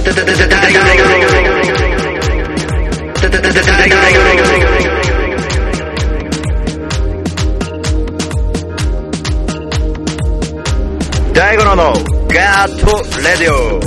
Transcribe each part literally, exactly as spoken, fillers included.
大五郎のガーットレディオ。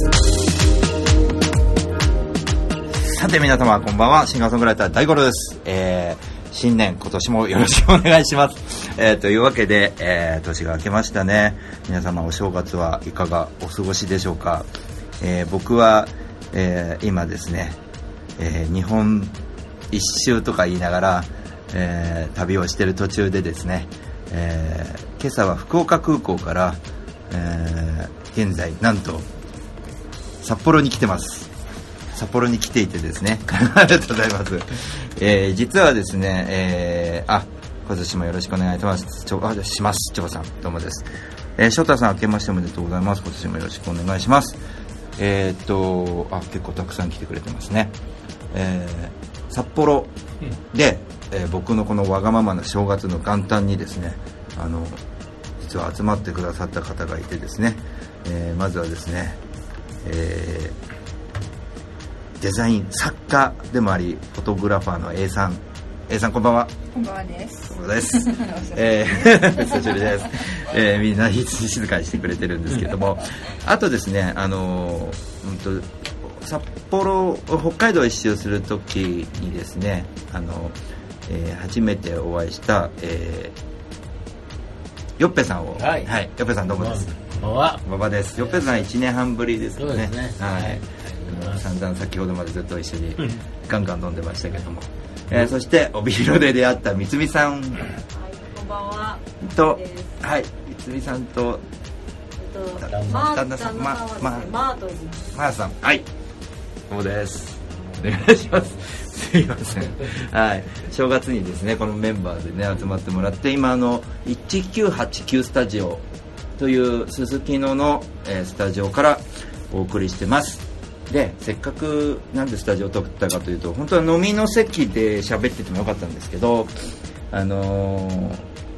さて皆様こんばんは、シンガーソングライター大五郎です。えー、新年今年もよろしくお願いします。えー、というわけで、えー、年が明けましたね。皆様お正月はいかがお過ごしでしょうか。えー、僕は、えー、今ですね、えー、日本一周とか言いながら、えー、旅をしている途中でですね、えー、今朝は福岡空港から、えー、現在なんと札幌に来てます。札幌に来ていてですねありがとうございます。えー、実はですね、えー、あ今年もよろしくお願いします。ちょあしますちょこさんどうもです。えー、翔太さん明けましておめでとうございます。今年もよろしくお願いします。えー、っとあ結構たくさん来てくれてますね。えー、札幌で、えー、僕のこのわがままな正月の元旦にですね、あの実は集まってくださった方がいてですね、えー、まずはですね、えー、デザイン作家でもありフォトグラファーの A さん A さんこんばんは。 こんばんはです。 そうですえー、久しぶりです。えー、みんな静かにしてくれてるんですけどもあとですね、あのー、うんと札幌北海道一周するときにですね、あの、えー、初めてお会いした、えー、よっぺさんを、 はい、 はい、よっぺさんどうもです。 こんばんは。 馬場です。よっぺさんいちねんはんぶりですね。 そうですね。 はい。はい、散々先ほどまでずっと一緒にガンガン飲んでましたけども、えー、そして帯広で出会ったみつみさん、はい、 こんばんは。 と、はい、みつみさんと、 えっと、マ旦那さん、ま、ま、 マートです。 マーさん、はい。そうです。お願いします。すいません。はい。正月にですね、このメンバーでね集まってもらって、今あのいちきゅうはちきゅうスタジオというすすきのの、えー、スタジオからお送りしてます。で、せっかくなんでスタジオを撮ったかというと、本当は飲みの席で喋っててもよかったんですけど、あのー、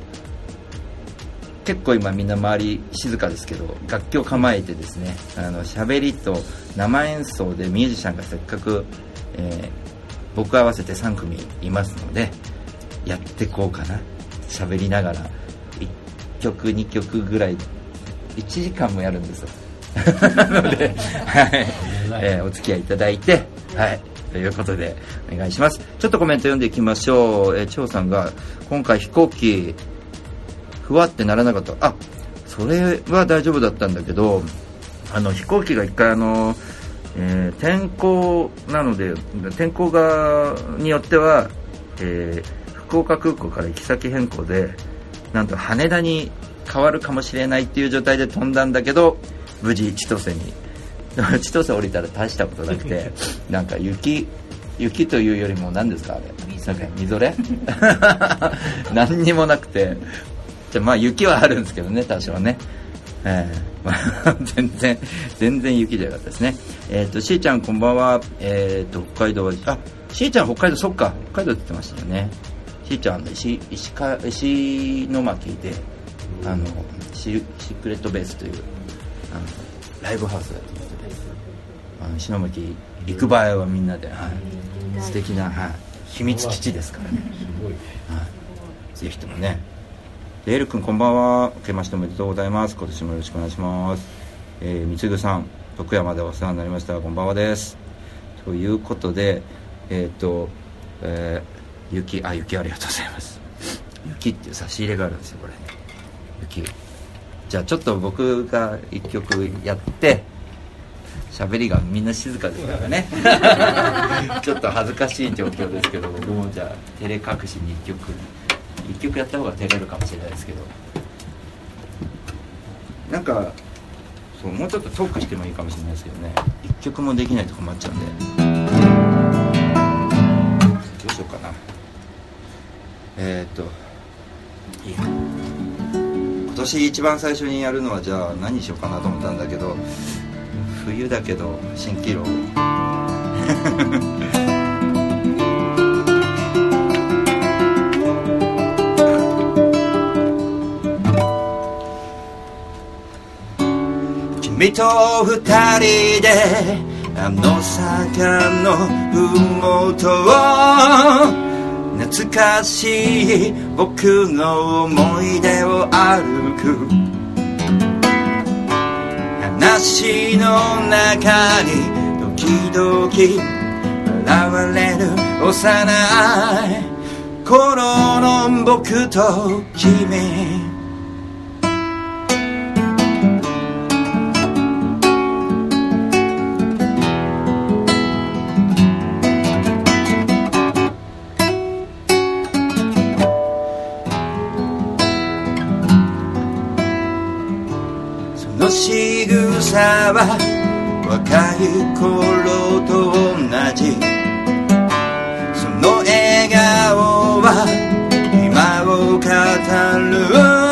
結構今みんな周り静かですけど楽器を構えてですね、あの喋りと生演奏でミュージシャンがせっかく、えー、僕合わせてさんくみいますのでやってこうかな。喋りながらいっきょくにきょくぐらいいちじかんもやるんですよなので、はいえー、お付き合いいただいて、はいということでお願いします。ちょっとコメント読んでいきましょう。えー、張さんが今回飛行機ふわってならなかった。あ、それは大丈夫だったんだけど、あの飛行機が一回あの、えー、天候なので天候がによっては、えー、福岡空港から行き先変更でなんと羽田に変わるかもしれないっていう状態で飛んだんだけど、無事千歳に千歳降りたら大したことなくてなんか雪雪というよりも何ですかあれ、なんかみぞれ何にもなくて、まあ雪はあるんですけどね、多少ね、えーまあ、全然全然雪じゃなかったですね。えっ、ー、としーちゃんこんばんは。えっ、ー、と北海道はあしーちゃん北海道、そっか北海道って言ってましたよね。しーちゃん石石か石巻であのシークレットベースというあのライブハウスあの石巻行く場合はみんなで、はい、素敵な、はい、秘密基地ですからね、はい、ぜひともね。エール君こんばんは。明けましておめでとうございます。今年もよろしくお願いします。えー、みつぐさん徳山でお世話になりました。こんばんはです。ということでえっ、ー、と、えー、雪あ雪ありがとうございます。雪っていう差し入れがあるんですよこれ。雪じゃあちょっと僕が一曲やって喋りがみんな静かですからねちょっと恥ずかしい状況ですけど、僕もじゃあ照れ隠しに一曲一曲やった方が照れるかもしれないですけど、なんかそうもうちょっとトークしてもいいかもしれないですけどね、一曲もできないと困っちゃうんで、どうしようかな。えー、っといいや今年一番最初にやるのはじゃあ何しようかなと思ったんだけど、冬だけど蜃気楼君と二人であの坂のふもとを懐かしい僕の思い出を歩く話の中に時々現れる幼い頃の僕と君仕草は若い頃と同じその笑顔は今を語る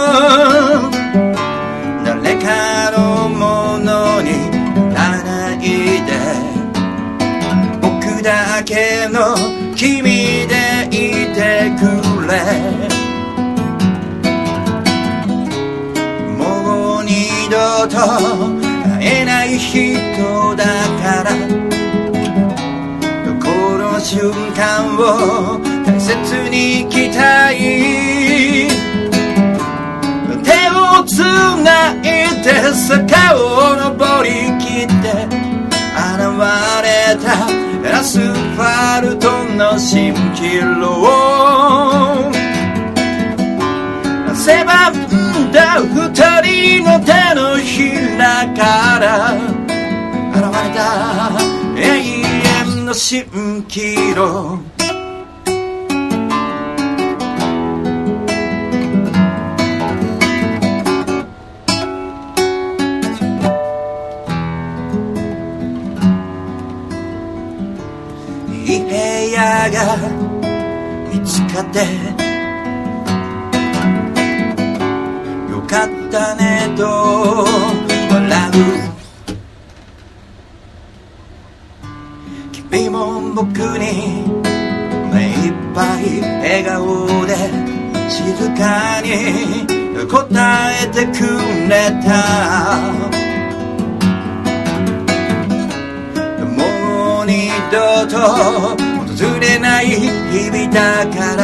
誰かのものにならないで僕だけの君でいてくれ二度と会えない人だからこの瞬間を大切に生きたい手をつないで坂を登りきって現れたアスファルトの蜃気楼狭んだ二人の手のひらから現れた永遠の蜃気楼いい部屋が見つかってよかったねと笑う君も僕に目いっぱい笑顔で静かに答えてくれたもう二度と訪れない日々だから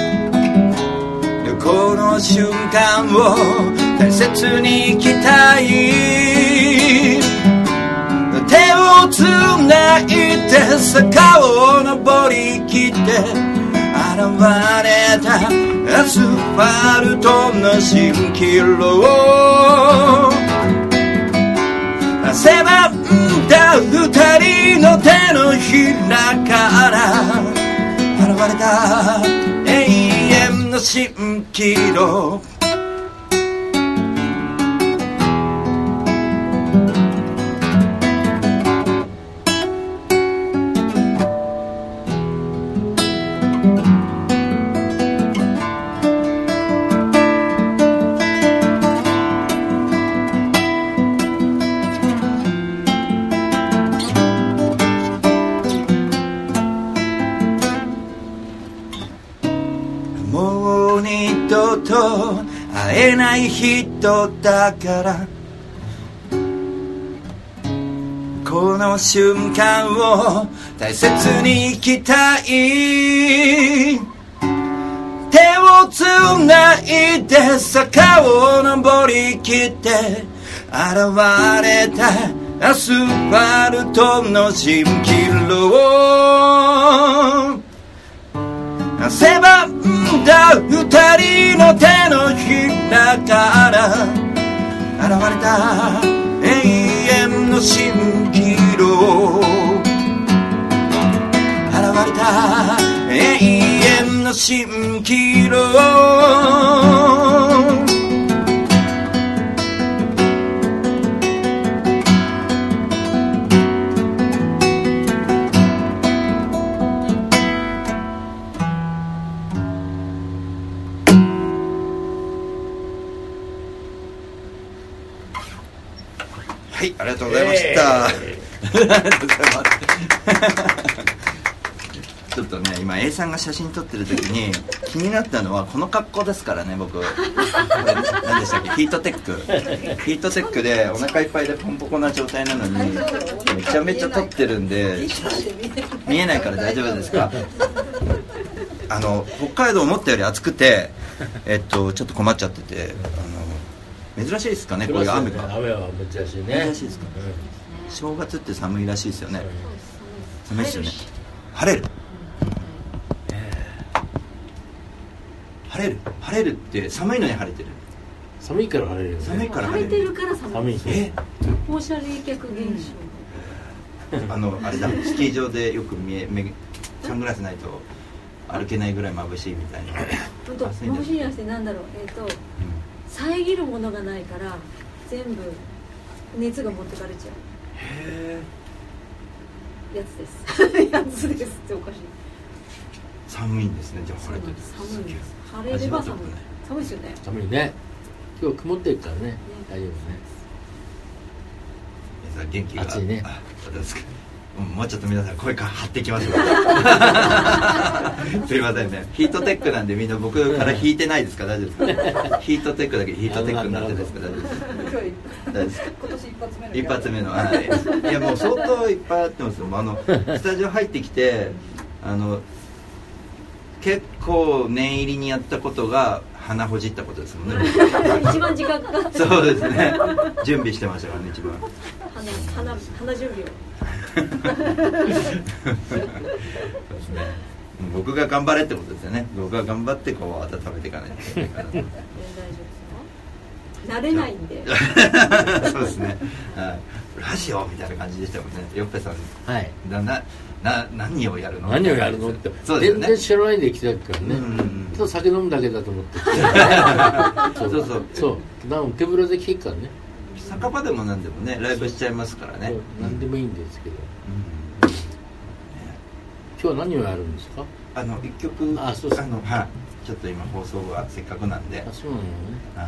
この瞬間を大切に生きたい手をつないで坂を登りきって現れたアスファルトの蜃気楼狭んだ二人の手のひらから現れた永遠の蜃気楼もう二度と会えない人だからこの瞬間を大切に生きたい手をつないで坂を登りきって現れたアスファルトの蜃気楼狭んだ二人の手のひらから現れた永遠の蜃気楼現れた永遠の蜃気楼はい、ありがとうございました。ありがとうございます。 とね、今 A さんが写真撮ってる時に気になったのはこの格好ですからね。僕これ何でしたっけ、ヒートテックヒートテックでお腹いっぱいでポンポコな状態なのにめちゃめちゃ撮ってるんで、見えないから大丈夫ですか？あの北海道思ったより暑くて、えっとちょっと困っちゃってて、あの珍しいですかね、こういう雨が。 雨は珍しいね。 珍しいですか、うん、正月って寒いらしいですよね、うん、寒いですよね。晴れる、晴れる晴れるって寒いのに晴れてる。 寒いから晴れるよね。 寒いから晴れてるから寒い。 え放射冷却現象。 あのあれだ、スキー場でよく見え目サングラスないと歩けないぐらい眩しいみたいな。 本当眩しいじゃなくて、なんだろう、えっと、うん、遮るものがないから全部熱が持ってかれちゃう。 へえ。やつです。やつですっておかしい。 寒いんですね。じゃあ晴れてる。 寒いです。晴れれば寒い。寒いですよね。 寒いね。今日曇ってるからね。ね、大丈夫ね。 皆さん元気が。 暑いね。 あ、そうですか。もうちょっと皆さん声か張ってきますよ。すいませんね。ヒートテックなんでみんな僕から引いてないですか？大丈夫ですか？ヒートテックだけヒートテックになってるんですか？大丈夫ですか？大丈夫ですか？ 今年一発目の。 一発目の。はい。いやもう相当いっぱいあってますよ。あのスタジオ入ってきて、あの結構念入りにやったことが鼻ほじったことですもんね。 一番時間かかった。 そうですね。準備してましたからね、一番。 鼻鼻鼻準備を。 そうですね。僕が頑張れってことですよね。僕が頑張ってこう温めていかないといけないから。大丈夫ですか？慣れないんで。 そうですね。はい。ラジオみたいな感じでしたもんね。よっぺさん。 はい。 ななな何をやるの？ 何をやるのって。 そうですよね。 全然知らないで来たからね。 うんうんうん。 ちょっと酒飲むだけだと思って。 そうそうそう。 そう。なん手ぶらで来るからね。 酒場でも何でもねライブしちゃいますからね。 何でもいいんですけど、 うんね、 今日は何をやるんですか？ あの一曲、 あ、そうですあの、はい、ちょっと今放送がせっかくなんで、 あ、そうなのね、 はい、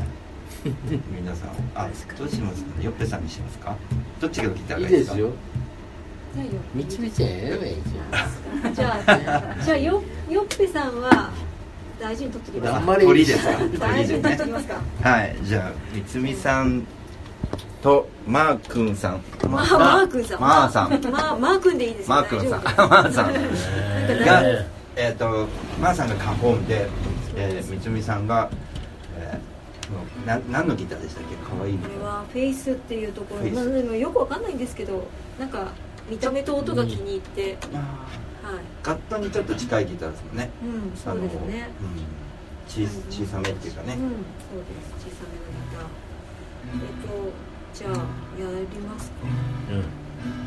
皆さんあどうしますかね。よっぺさんにしますか？どっちがギターいいがいいですか？ ですよ。 じゃあよみちみちやればいいじゃん。 じゃあじゃあよよっぺさんは大事に取ってきますか？ あんまり鳥ですか？ 大事に取ってきますか？ はい、じゃあみつみさんとマー君さん、 マーマー君さん、 マーさん、 マーマー君でいいですよ。 マー君さん、マーさんが、えっとマーさんがカホンで、えー、みつみさんが、えー、な何のギターでしたっけ？可愛い。 これはフェイスっていうところ、まあでもよくわかんないんですけど、なんか見た目と音が気に入って、はい。 ガットにちょっと近いギターですもんね。 うん、そうですね。 うん、小小さめっていうかね。 うん、そうです。小さめのギター。えっと。じゃあやりますか。 うん、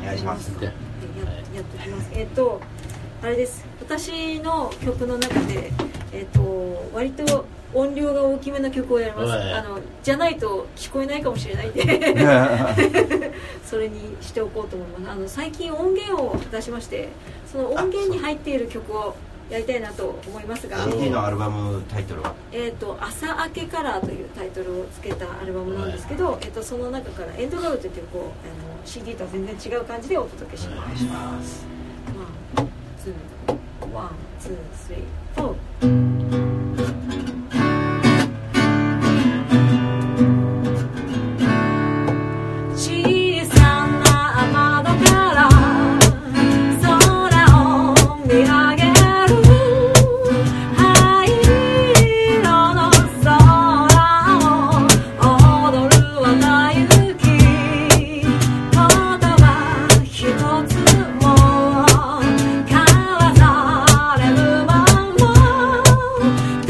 お願いします。 や, やっときます。えっとあれです。私の曲の中でえっと割と音量が大きめな曲をやります。あのじゃないと聞こえないかもしれないんでそれにしておこうと思います。あの最近音源を出しまして、その音源に入っている曲をやりたいなと思いますが、 シーディー のアルバムタイトルはえっと朝明けカラーというタイトルをつけたアルバムなんですけど、えっとその中からエンドガウトっていうこうあの シーディー とは全然違う感じでお届けします。お願いします。ワン、ツー、ワン、ツー、スリー、フォー。 「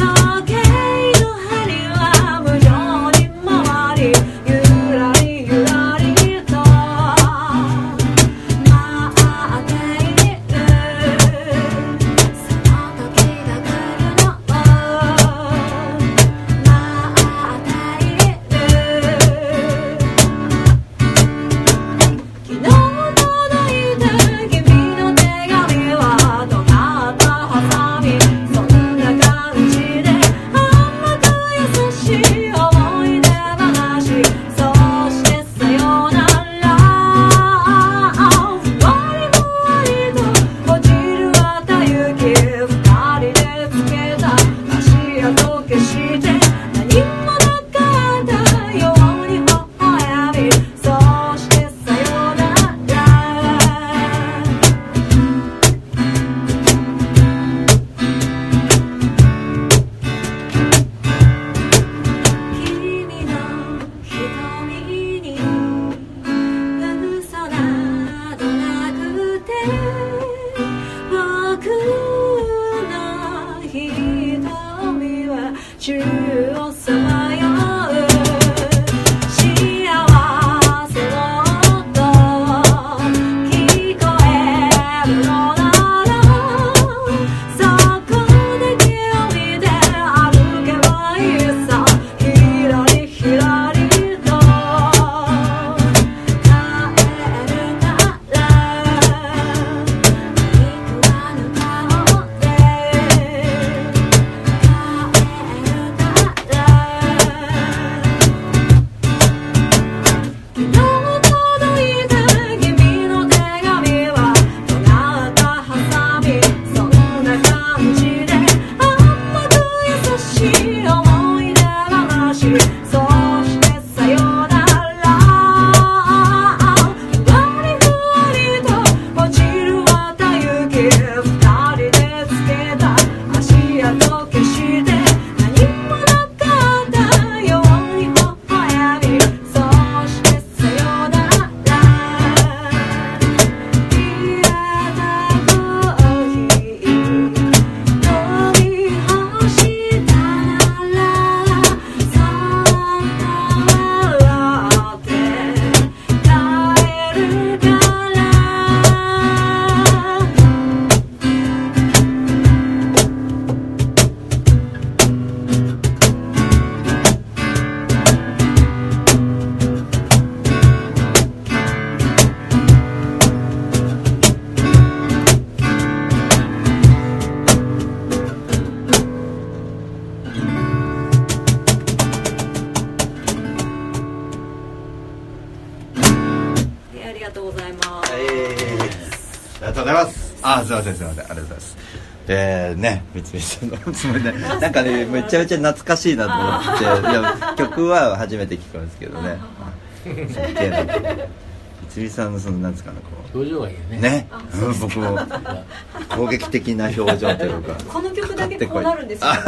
えー、ありがとうございます。あ、すいませんすいません、ありがとうございます。えーね、三菱さんのつもりでなんかね、めちゃめちゃ懐かしいなと思って、いや曲は初めて聞くんですけどね。すっげえな。三菱さんのそのなんですかね、こう表情がいいよね。 ね、うん、僕も攻撃的な表情というか。 この曲だけこうなるんですよ。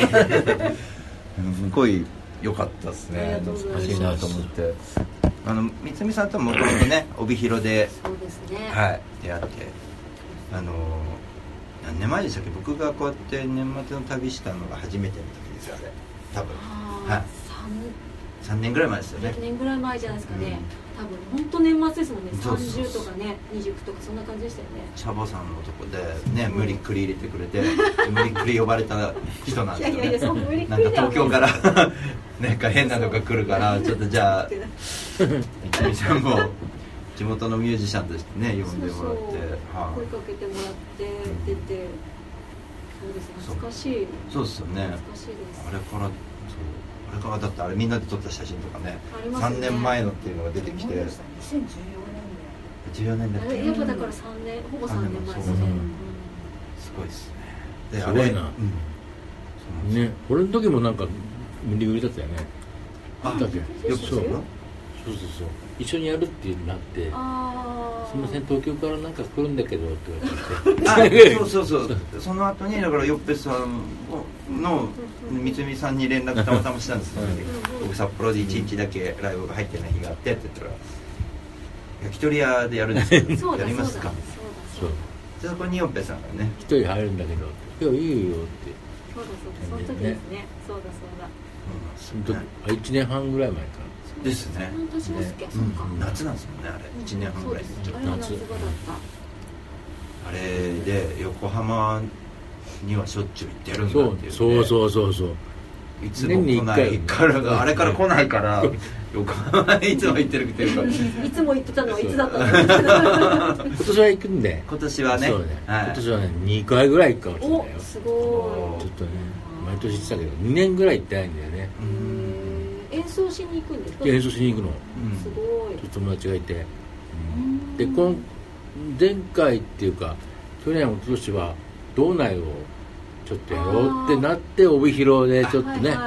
すごい良かったですね。懐かしいなと思って。あの三菱さんともともとね、帯広で、 そうですね。 はい、出会って、あの何年前でしたっけ？僕がこうやって年末の旅したのが初めての時ですよ、あれ。多分。はい。さんねんぐらい前ですよね。 いちねんぐらい前じゃないですかね。多分本当年末ですもんね。さんじゅうとかね、にじゅうとかそんな感じでしたよね。 シャボさんのとこでね、無理くり入れてくれて、無理くり呼ばれた人なんですよね。 いやいやいや、そう無理くりなんか東京からなんか変なのが来るから、ちょっとじゃあ三菱さんも地元のミュージシャンとしてね呼んでもらって、 はい、声かけてもらって出て、そうです、懐かしい。 そうですよね。 懐かしいです。 あれからそう。あれからだってあれみんなで撮った写真とかね、 ねさんねんまえのっていうのが出てきて、にせんじゅうよねんだっけ。 やっぱだからさんねん、ほぼさんねんまえですね。 すごいですね。 ですごいな。うん、ね、俺の時もなんか無理売りだったよね。 あったっけ。よくそう。そうそうそう。一緒にやるってなって、すみません東京からなんか来るんだけどって言われて、 そうそうそう。その後にだからよっぺさんの三菱さんに連絡たまたましたんですよ。僕札幌で一日だけライブが入ってない日があってって言ったら、焼き鳥屋でやるんですけど、やりますか。 そう。 でそこによっぺさんがね、 一人入るんだけど、いやいいよって。 そうだそうだ、その時ですね。そうだそうだ。 その時、一年半ぐらい前か。 ですね。 夏なんですもんね、あれいちねんはんぐらい。 夏。 あれで横浜にはしょっちゅう行ってやるんだっていう。 そうそうそうそう。 いつも来ないからあれから来ないから横浜にいつも行ってるっていうか。 いつも行ってたのはいつだったの。 今年は行くんで。 今年はね。 今年はねにかいぐらい行くかもしれないよ。 お、すごい。 ちょっとね毎年行ってたけどにねんぐらい行ってないんだよね。 演奏しに行くんですか。 演奏しに行くの、 うん、すごい。 友達がいて、うん、で今前回っていうか去年一昨年は道内をちょっとやろうってなって帯広でちょっとね、はいはい、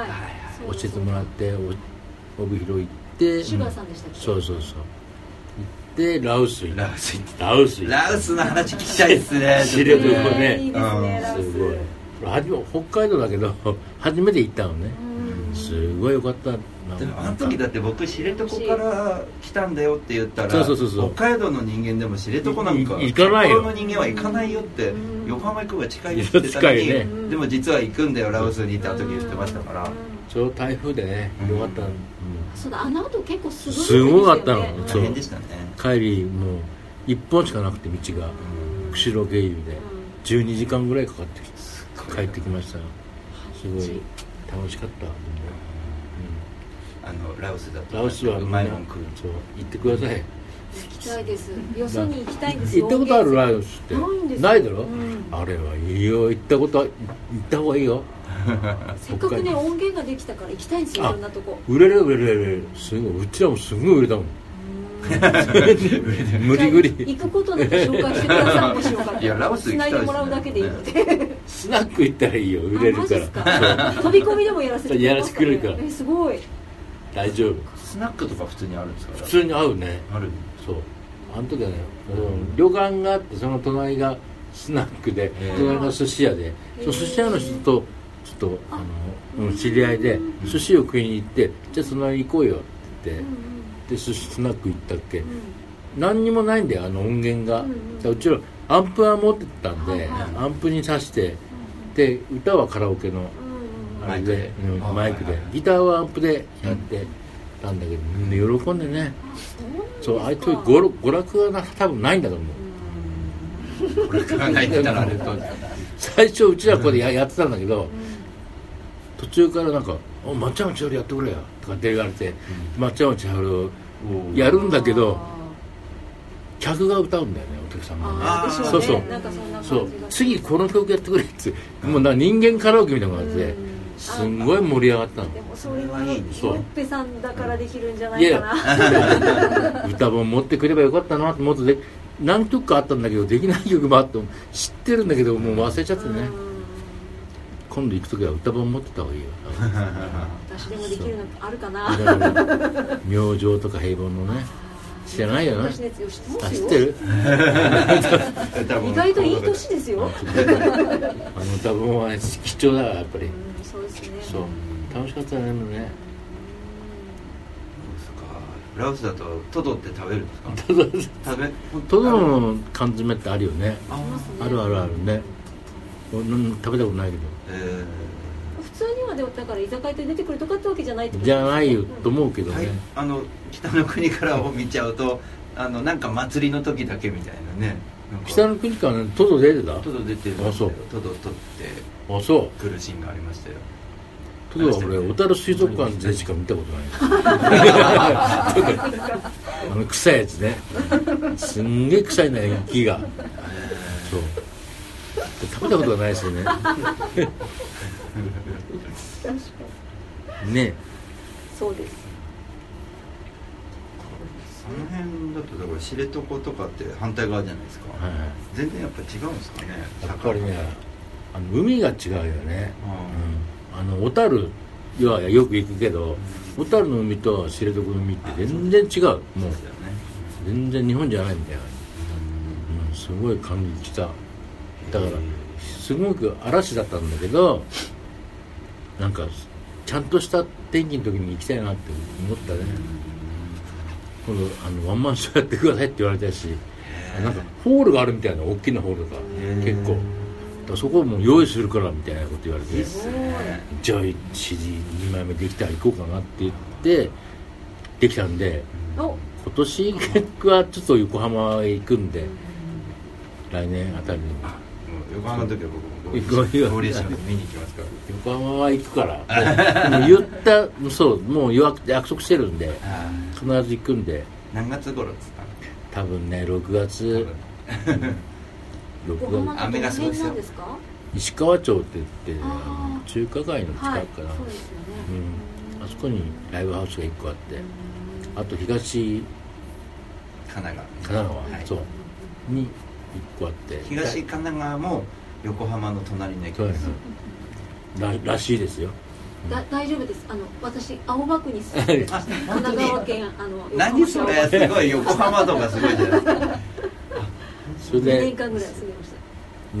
教えてもらって帯広行ってシュガーさんでしたっけ、 うん、そうそうそう行ってラウス行ってラウス行ってラウスラウスの話聞きたいですね。 知床ね、 いいですね、ラウス。 すごい。北海道だけど初めて行ったのね。すごい良かったな。 でもあの時だって僕知床から来たんだよって言ったら、 そうそうそうそう、 北海道の人間でも知床なんか行かないよ。 札幌の人間は行かないよって、横浜行く方が近いって言ってたのに、 ね、 でも実は行くんだよラオスにいた時言ってましたから。 ちょうど台風でね、よかった、うん、 そうだ、あの後結構すごいすごかったの。 大変でしたね。 帰りもういっぽんしかなくて道が釧路経由でじゅうにじかんぐらいかかって帰ってきました。すごい楽しかった。 あのラオスだとラオスはうまいもん食う。 そう行ってください。 行きたいです。よそに行きたいんです。 行ったことあるラオスってないんです。 ないだろ、 うん、 あれはいいよ。行ったこと行った方がいいよ。 せっかくね音源ができたから行きたいんですよ。いろんなとこ売れる売れる売れる。すごい、うちらもすごい売れたもん。無理無理行くことだけ紹介してください。もしよかったら。 いやラオス行きたいですね。 繋いでもらうだけでいいので。 スナック行ったらいいよ。売れるから。 飛び込みでもやらせてくれやらせてくれるから。 え、すごい。 大丈夫。 スナックとか普通にあるんですか。 普通に合うね。 ある。 そう。あの時はね、うん、旅館があってその隣がスナックで、隣が寿司屋で、その寿司屋の人とちょっとあの、うん、知り合いで寿司を食いに行って、じゃあその隣行こうよって言って、で寿司スナック行ったっけ、何にもないんだよ、あの音源が。うちらアンプは持ってたんで、アンプに挿して、で歌はカラオケのあれで、うん、マイクで、ギターはアンプでやってたんだけど、みんな喜んでね。そう、ああいう娯楽が多分ないんだと思う。 娯楽がないって言ったらあれと最初うちらここで や, やってたんだけど、途中からなんか「おまっちゃんの千春やってくれよ」とかって言われて、まっちゃんの千春をやるんだけど、客が歌うんだよね、お客さんがね。 あー、 そうそう、 なんかそんな感じが。 そう、次この曲やってくれって、もうな人間カラオケみたいなのがあって、 すんごい盛り上がったの。 でもそれはヨそうッペさんだからできるんじゃないかな。 いや歌本持ってくればよかったなと思ってで何曲かあったんだけどできない曲もあって知ってるんだけどもう忘れちゃってね。今度行くときは歌本持ってた方がいいよ。 私でもできるのあるかな。 明星とか平凡のね知らないよな。 私のやつよ知ってますよ。 知ってる意外といい年ですよ。 あの歌本は貴重だからやっぱり、うん、 そうですね。 そう楽しかったね。もねフランスだとトドって食べるんですか？ トド食べトドの缶詰ってあるよね。 あ, あるあるあるね。食べたことないけど、 えー、普通にはでだから居酒屋で出てくるとかってわけじゃないってことじゃないよと思うけどね、はい、 あの北の国からを見ちゃうとあのなんか祭りの時だけみたいなね。なんか北の国から、ね、トド出てた？ トド出てる。 あそうトド取ってあそう来るシーンがありましたよ。 トドは俺小樽水族館でしか見たことないあの臭いやつねすんげえ臭いな息がそう食べたことがないですよねねそうです。 その辺だとだから知床とかって反対側じゃないですか、はいはい、全然やっぱ違うんですかね。 やっぱりねあの海が違うよね、うん、あの小樽はよく行くけど小樽、うん、の海と知床の海って全然違う。もう全然日本じゃないみたいな、うん、すごい感じた。だからすごく嵐だったんだけどなんかちゃんとした天気の時に行きたいなって思ったね。今度あのワンマンショーやってくださいって言われたしなんかホールがあるみたいな大きなホールが結構だそこをもう用意するからみたいなこと言われてじゃあ シーディーに 枚目できたら行こうかなって言ってできたんで今年はちょっと横浜へ行くんで来年あたりに横浜の時は僕も合流し見に行きますから横浜は行くから言ったそうもう約束してるんで必ず行くんで。 何月頃ですか？ 多分ねろくがつろくがつ雨がすごいですよ。 石川町って言ってあの中華街の近くかな、はい、そうですよね、うん、あそこにライブハウスがいっこあってあと東神奈川神奈川、はい、そうにいっこあって東神奈川も横浜の隣の駅です、 うん、ら, らしいですよ。 だ大丈夫です。あの私青葉区に住んでまして神奈川県あの何それすごい横浜とかすごいじゃないですかそれでにねんかんぐらい住んでました。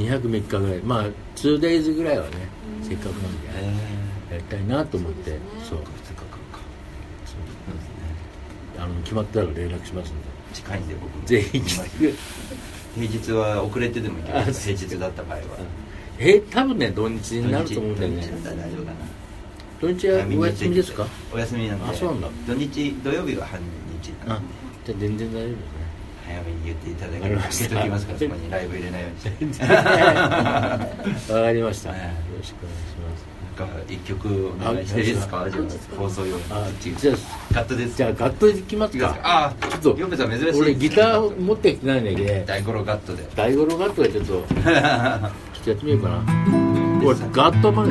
にひゃくみっかぐらいまあ ツーデイズ ぐらいはねせっかくなんでやりたいなと思ってそう、ね、そうそうですね。あの決まったら連絡しますんで近いんで僕もぜひ来て平日は遅れてでも行きます平日だった場合はえ多分ね土日になると思うんだよね。 土日だったら大丈夫かな。 土日はお休みですか？ お休みなんで。 あ、そうなんだ。 土日土曜日は半日なんで。 あ、じゃあ全然大丈夫ですね。 早めに言っていただければ開けときますからそこにライブ入れないようにして。 わかりました。よろしくお願いします。 なんか一曲お願いしていいですか？じゃあ放送用に。 あ、じゃあガットです。 じゃあガットできますか？ あ、ちょっとヨペさん珍しい。 俺ギター持ってきてないんだけど。 大五郎ガットで。 大五郎ガットでちょっとちょっとやってみようかな。俺ガットまで。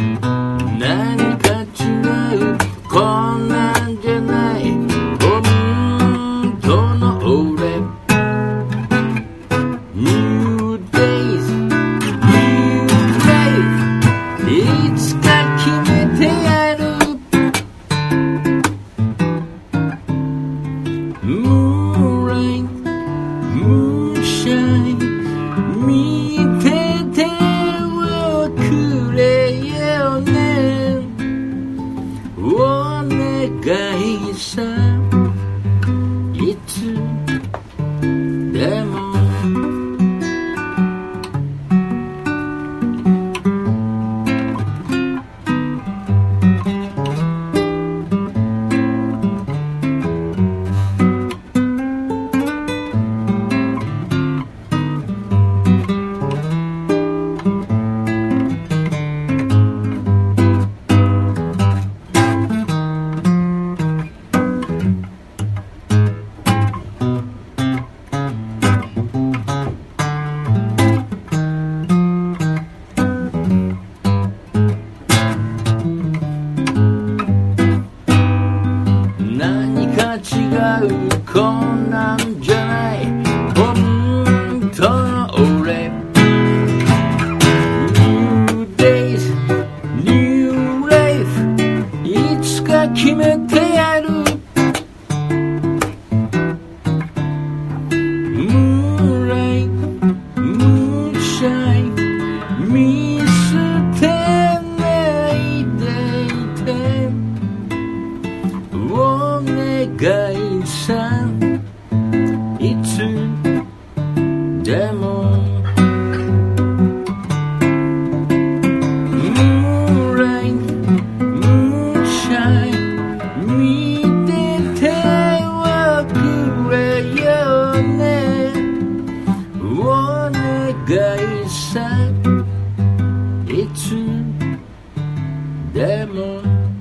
何か違うこんなんじゃないこんでも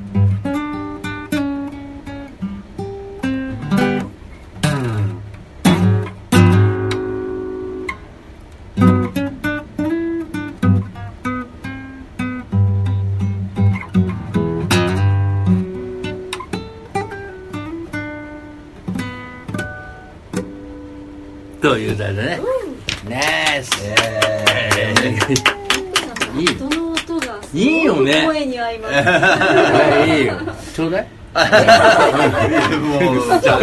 という歌でね、うん、ナイス、えー、いいどの音がすごいいよね声に合いますいいよちょうだいもうじゃあ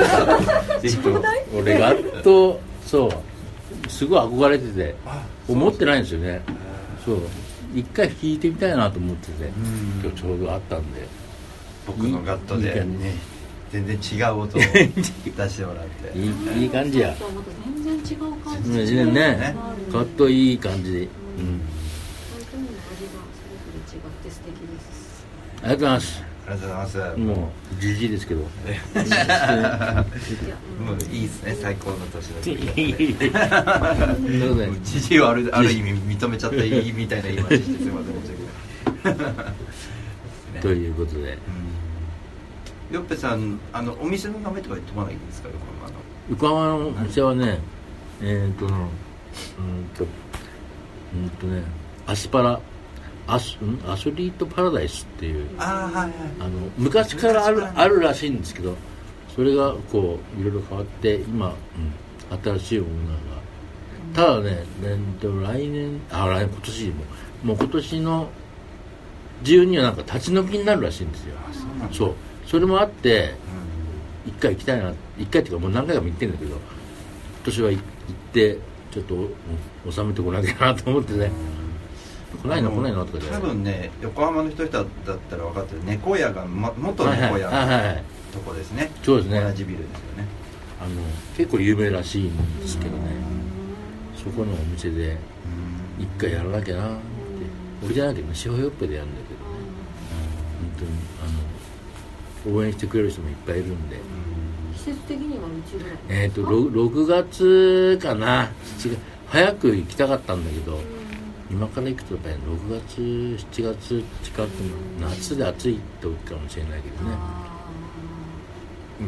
俺ガッとそうすごい憧れてて思ってないんですよね。そう一回弾いてみたいなと思ってて今日ちょうどあったんで僕のガットで全然違う音を出してもらっていい、いい感じや全然違う感じ全然ねガットいい感じで、うん、ありがとうございますありがとうございますもうじじいですけどもういいですね最高の年のじじいをある、ある意味認めちゃったいいみたいな言い回ししてすいません申し訳ないということで、 よっぺさん、あのお店の名前とか言ってもらわないんですか、 横浜の。横浜のお店はね、えー、っとの、うんと、うんとね、アスパラ、アス、ん、アスリートパラダイスっていう、 あ、はいはい、 あの昔からあるあるらしいんですけど、それがこういろいろ変わって今、うん、新しいオーナーが、ただね、えー、と来年、あ、来年今年ももう今年の中にはなんか立ち退きになるらしいんですよ。そうそう。それもあって一回行きたいな、一回っていうかもう何回かも行ってるんだけど、今年は行ってちょっと収めてこなきゃなと思ってね、来ないの来ないのとかで、 多分ね横浜の人だったら分かってる、猫屋が、ま、元猫屋のとこですね。 そうですね、 同じビルですよね。 あの結構有名らしいんですけどね、そこのお店で一回やらなきゃなって、俺じゃなくてシホヨッペでやるんだけどね、本当にあの応援してくれる人もいっぱいいるんで。 季節的にはいつぐらい？ えっとろくがつかな。早く行きたかったんだけど、今から行くとやっぱりろくがつしちがつ近くの夏で暑い時かもしれないけどね、うん、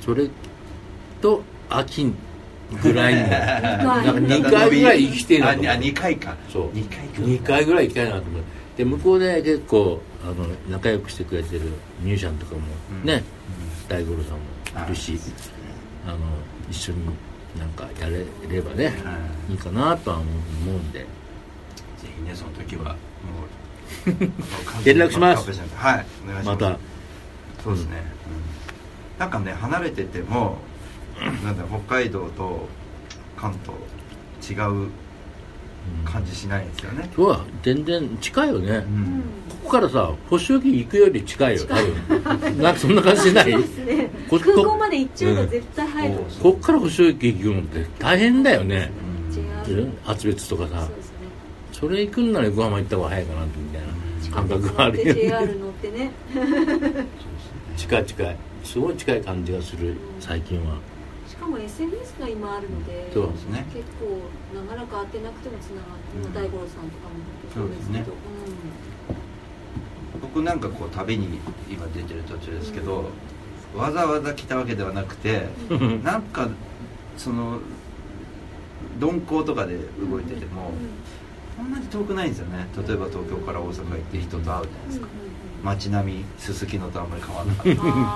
それと秋ぐらいになんかにかいぐらい行きてえなと思う。 あ、にかいか。 そうにかいにかいぐらい行きたいなと思う。で向こうで結構あの仲良くしてくれてるミュージシャンとかもね、うん、大五郎さんもいるし、あの一緒になんかやれればね、うん、いいかなとは思うんで、ぜひねその時はもう連絡します。 はい、お願いします。 またそうですね、うん、なんかね離れててもなんだ北海道と関東違う感じしないですよね。 そうは全然近いよね、うん、ここからさ星沖行くより近いよ多分なんかそんな感じしない？ そうですね、空港まで行っちゃうと絶対入る、うん、 こっから星沖行くのって大変だよね、うん、厚別とかさ、 そうですね、それ行くんなら横浜行った方が早いかなみたいな感覚があるよね。 ジェイアール 乗ってね近い近いすごい近い感じがする最近は。 しかも エスエヌエス が今あるので、 そうですね、 結構長らく会ってなくてもつながって、うん、大五郎さんとかもそうですけど、そうですね、 うん、僕なんかこう旅に今出てる途中ですけど、うん、わざわざ来たわけではなくてなんかその鈍行とかで動いてても、うん、そんなに遠くないんですよね。例えば東京から大阪行って人と会うじゃないですか、うん、街並みすすきのとあんまり変わらなかったり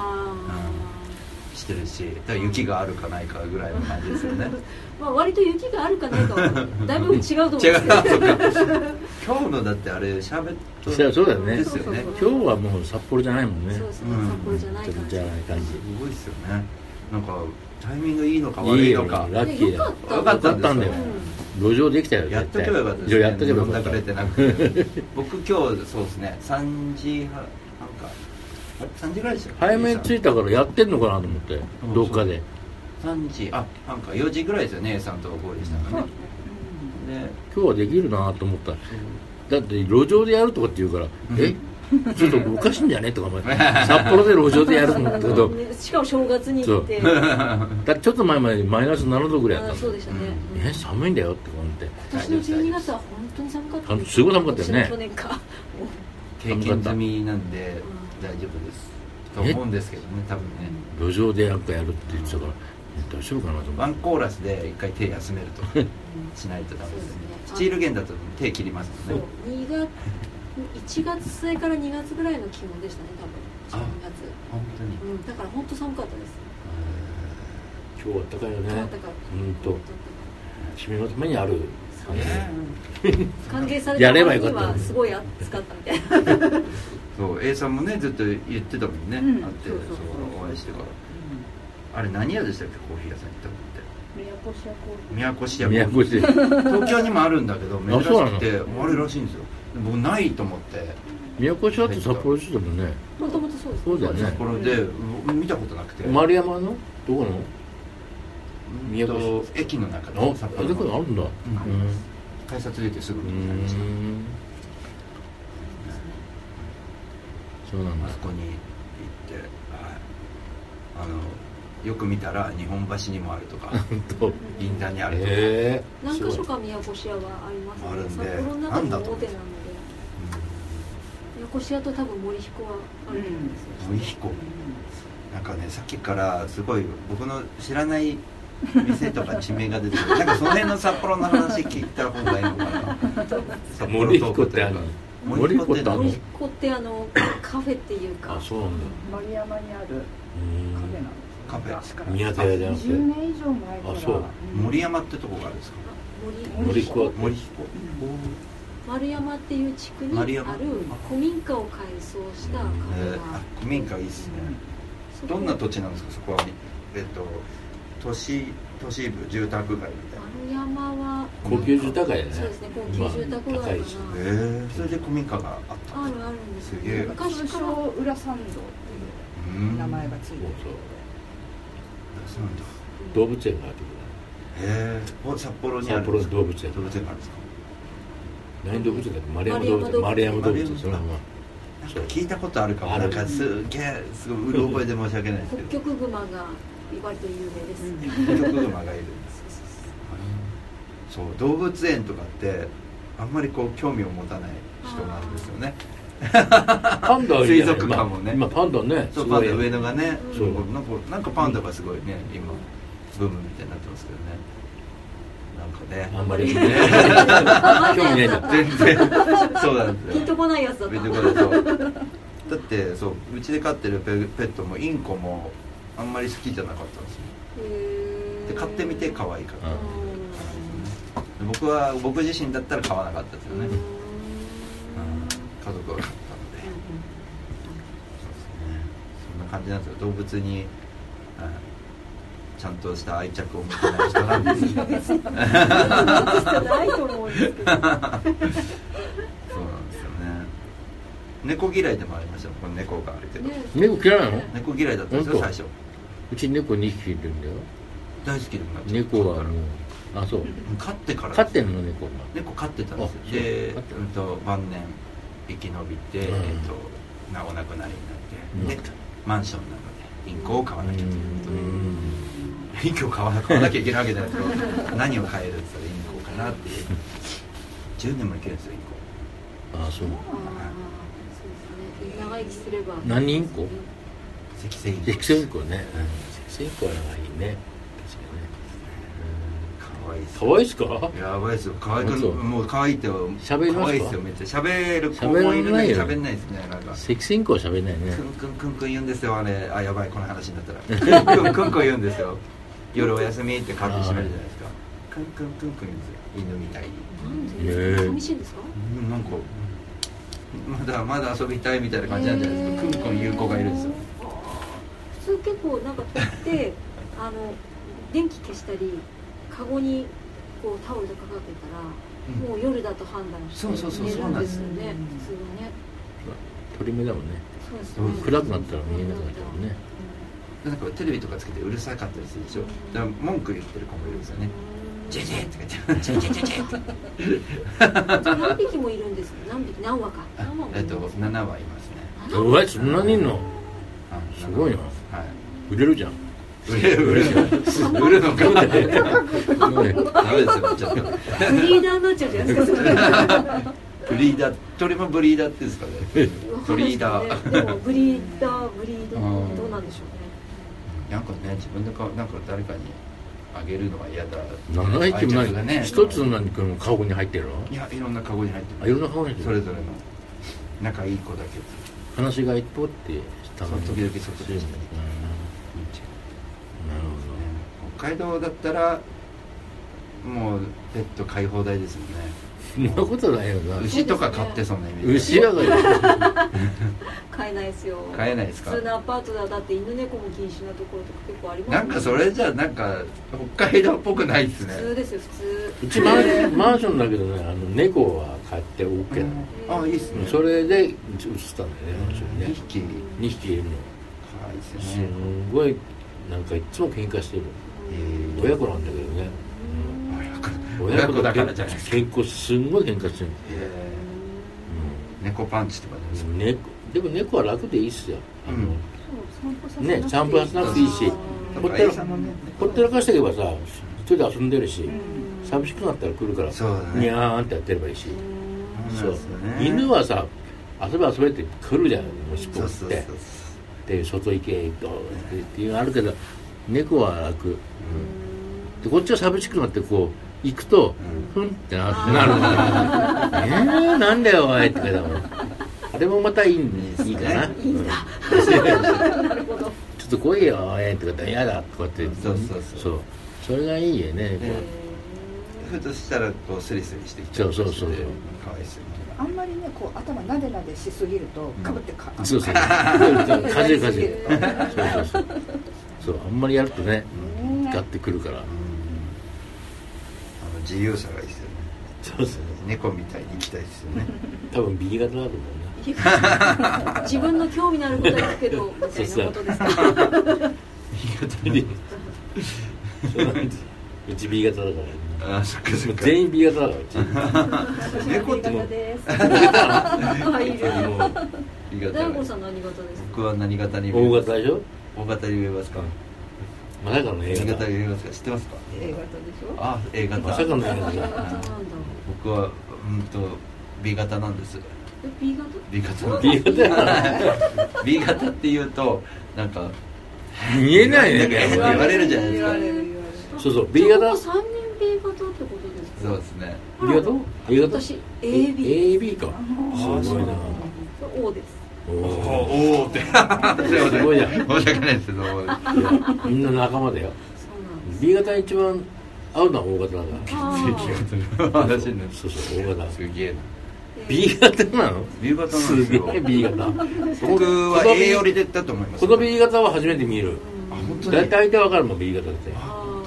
してるし、だから雪があるかないかぐらいの感じですよねまあ割と雪があるかないかはだいぶ違うと思うんですけど今日のだってあれシャーベットそうだよねですよね。 今日はもう札幌じゃないもんね。 そうですね、うん、札幌じゃない感じ、 じゃない感じ。 すごいですよね。なんかタイミングいいのか悪いのか、 いいラッキーだ。 よかったんだよ。路上できたよ。 やっとけばよかったですね。 やっとけばよかった。 呼んでくれてなくて僕今日そうですねさんじはんかさんじぐらいですよ。 早めに着いたからやってんのかなと思って、うん、どっかでさんじあなんかよじぐらいですよね。 A さんと合流したからね、 うん、で今日はできるなと思った。だって路上でやるとかって言うから、うん、えちょっとおかしいんじゃねとか思って札幌で路上でやると思ったけどしかも正月に行ってだってちょっと前までマイナスななどぐらいやったんだ。 そうでしたね、 うん、え寒いんだよって思って今年のじゅうにがつは本当に寒かったです。 すごい寒かったよね。 去年か経験済みなんで大丈夫ですと思うんですけどね、多分ね。 路上でなんかやるって言ってたから大丈夫かなと思って。 ワンコーラスで一回手休めるとしないとダメですね。スチール弦だと手切りますもんね。 そうにがついちがつ末からにがつぐらいの気温でしたね、多分じゅうにがつ。 本当に、 うん、だから本当寒かったです。 今日は暖かいよね。 今日は暖かい。 うんと君のためにある。 歓迎された割にはすごい暑かったみたいな。 そう A さんもねずっと言ってたもんね、 うん、 あってそうそうそうお会いしてから、うん、あれ何屋でしたっけ、コーヒー屋さん行ったのって。宮古市屋コーヒー。 宮古市屋東京にもあるんだけど珍しくてあれらしいんですよ。僕ないと思って。 宮古市屋って札幌市だもんね。 もともとそうです。 そうだよね。 札幌で、うん、見たことなくて。 丸山のどこの宮古市駅の中で札幌のあるんだ、うん、 改札出てすぐにありました。 そうなんだ。 あそこに行って、はい、あのよく見たら日本橋にもあるとか銀座にあるとか、 えー、何か所か宮古市屋はありますね。 あるんで、 札幌の中の大手なので、宮古市屋と多分森彦はあると思うんですよ。 森彦、なんかねさっきからすごい僕の知らない店とか地名が出てくる。なんかその辺の札幌の話聞いた方がいいのかな。札幌トークっていうか。 森彦ってあの森彦ってあのカフェっていうか。 あ、そうなんだ。 森山にあるカフェなんです。 カフェ。 宮田屋じゃなくて。 にじゅうねん以上前から。 あ、そう。 森山ってとこがあるんですか。 森彦。 森彦。 丸山っていう地区にある古民家を改装したカフェが。 古民家いいっすね。どんな土地なんですか、そこは。えっと都市都市部住宅街みたいな。丸山は高級住宅街だね。 そうですね、高級住宅街かな。へえ、それで古民家があった。 あるあるんです。 すげえ。 昔から裏参道っていう名前がついてる。 そうなんだ。 動物園があるとこだ。へえ。札幌にある。 札幌動物園。 動物園があるんですか。 何動物園だっけ、丸山動物園。丸山動物園。そのまま。 聞いたことあるかも。なんかすげえすごいうる覚えで申し訳ないですけど。 北極熊が割と有名です。 北極熊がいる。そう、動物園とかってあんまりこう興味を持たない人なんですよね。 パンダ水族館もね。 今パンダね。 そう、パンダ上野がね。 そう。 なんかなんかパンダがすごいね今ブームみたいになってますけどね。なんかね。 あんまりね。興味ない全然。そうなんですよ。 ピンとこないやつだった。 ピンとこないそう。だってそううちで飼ってるペットもインコもあんまり好きじゃなかったんですよ。で飼ってみて可愛いから。僕は僕自身だったら買わなかったですよね。うん、家族が買ったので、うん、そうですね。そんな感じなんですよ。動物に、うん、ちゃんとした愛着を持たない人なんですよ。 ないと思うんですけど。そうなんですよね。 猫嫌いでもありました。この猫があるけど。 猫嫌いなの？ 猫嫌いだったんですよ最初。 うち猫にひきいるんだよ。 大好きでもなっちゃう。 猫はもう。あ、そう。 飼ってから飼ってんの猫が。 猫飼ってたんですよ。で、うんと晩年生き延びて、えっとなお亡くなりになって、でマンションなのでインコを飼わなきゃということで、インコを飼わな飼わなきゃいけないわけじゃないですけど、何を飼えるって言ったらインコかなっていう。じゅうねんも生きるんですよインコ。あ、そう。 そうですね。長生きすれば。 何インコ？ セキセインコ。 セキセインコね。セキセインコは長いね。可愛いっすか？ やばいですよ。可愛くもう可愛いって喋りますか？ 可愛いですよめっちゃ喋る子もいるのに喋んないですねなんか。 セキセインコは喋んないね。 クンクンクンクン言うんですよあれ。あやばいこの話になったら。クンクンクンクン言うんですよ。夜お休みってカーテン閉めるじゃないですか。クンクンクンクン言うんですよ犬みたいに。 なんで？寂しいんですか？ なんかまだまだ遊びたいみたいな感じなんじゃないですか。クンクン言う子がいるんですよ。 普通結構なんか取ってあの電気消したりカゴにこうタオルとかかけたら、うん、もう夜だと判断して寝るんですよね。普通はね。 鳥目だもんね。 そうですね。 暗くなったら見えなくなったもんね。 なんかテレビとかつけてうるさかったりするでしょ。だから文句言ってる子もいるんですよね。ジェジェって言ってジェジェジェジェって。 何匹もいるんです。何匹何羽か。 えっと七羽いますね。 うわそんなにいんの？すごいな。 はい。 売れるじゃん。 売れる売れる売るのかダメですよちょっとブリーダーになっちゃうじゃないですかブリーダー鳥もブリーダーっていうんですかねブリーダーでもブリーダーブリーダーどうなんでしょうねなんかね自分でかなんか誰かにあげるのは嫌だ何匹もない、 ね、 一つの何かのカゴに入ってるの？ いやいろんなカゴに入ってる。 あいろんなカゴに入ってる。 それぞれの仲いい子だけ話が一方ってたまに時々外でしたり、 なるほど、北海道だったらもうペット飼い放題ですよね。 そんなことないよな。 牛とか飼ってそうなイメージ。 牛はが飼えないですよ。 飼えないですか。 普通のアパートだだって犬猫も禁止なところとか結構ありますね。 なんかそれじゃなんか北海道っぽくないですね。 普通ですよ普通。 うちマンションマンションだけどね、あの猫は飼って OK なの。 あいいっすね。 それで移ったんだよねマンションね。 にひきにひきいるの。 可愛いですすよね。 んごいなんかいつも喧嘩してる。親子なんだけどね。 親子だからじゃないですか。 喧嘩すんごい喧嘩してる。 猫パンチとかですか。 猫でも猫は楽でいいっすよ。あのね散歩さなくていいし、ほったらほったらかしておけばさ、一人で遊んでるし、寂しくなったら来るから、ニャーンってやってればいいし。そう。犬はさ、遊べ遊べって来るじゃん、もう尻尾振って。で外行けっていうのあるけど、猫は楽。でこっちは寂しくなってこう行くと、ふんってなるんだよ。えー、なんだよおいって言ったもん。あれもまたいいんですいいかな。いいんだ。なるほど。ちょっと来いよおいって言ったら嫌だとかって。 そうそうそう。 それがいいよね。 ふとしたらこうスリスリしてきて。 そうそうそう。 可愛いですよね。 あんまりねこう頭なでなでしすぎるとかぶってか。 そうそう。かじるかじる。そうそうそう。そうあんまりやるとね、ガッてくるから。 自由さがいいですよね。 そうですね。 猫みたいに生きたいですよね。 多分 B 型だと思うね。自分の興味のあることは聞くけどみたいなことですか。 B 型で。うち B 型だから。 あ、そっかそっか。 全員 B 型だからうち。 猫ってもう。あ、いる。大悟さん何型ですか。 僕は何型に。 大型でしょ。 大型に見えますか。 まさかの A 型。 A 型に見えますか。知ってますか。 A 型でしょ。 あ、A 型。 まさかの A 型。 僕はうんと B 型なんです。 B 型。 B 型。 B 型。 B 型って言うとなんか見えないね。 言われるじゃないですか。 そうそう B 型。 三人 B 型ってことですか。 そうですね。 B 型？ A 型？ 私 エービー。 エービー か。すごいな。 O です。 おおって。 すごいじゃん。 申し訳ないですけど。 みんな仲間だよ。B 型一番合うのは O 型だから。 私ね。 そうそう O 型。 すげえな。 B 型なの？ B 型なんですよ。 すげえ B 型。 僕は A 寄りでだと思います。 この B 型は初めて見る。 あ、本当に。 大体わかるもん B 型って。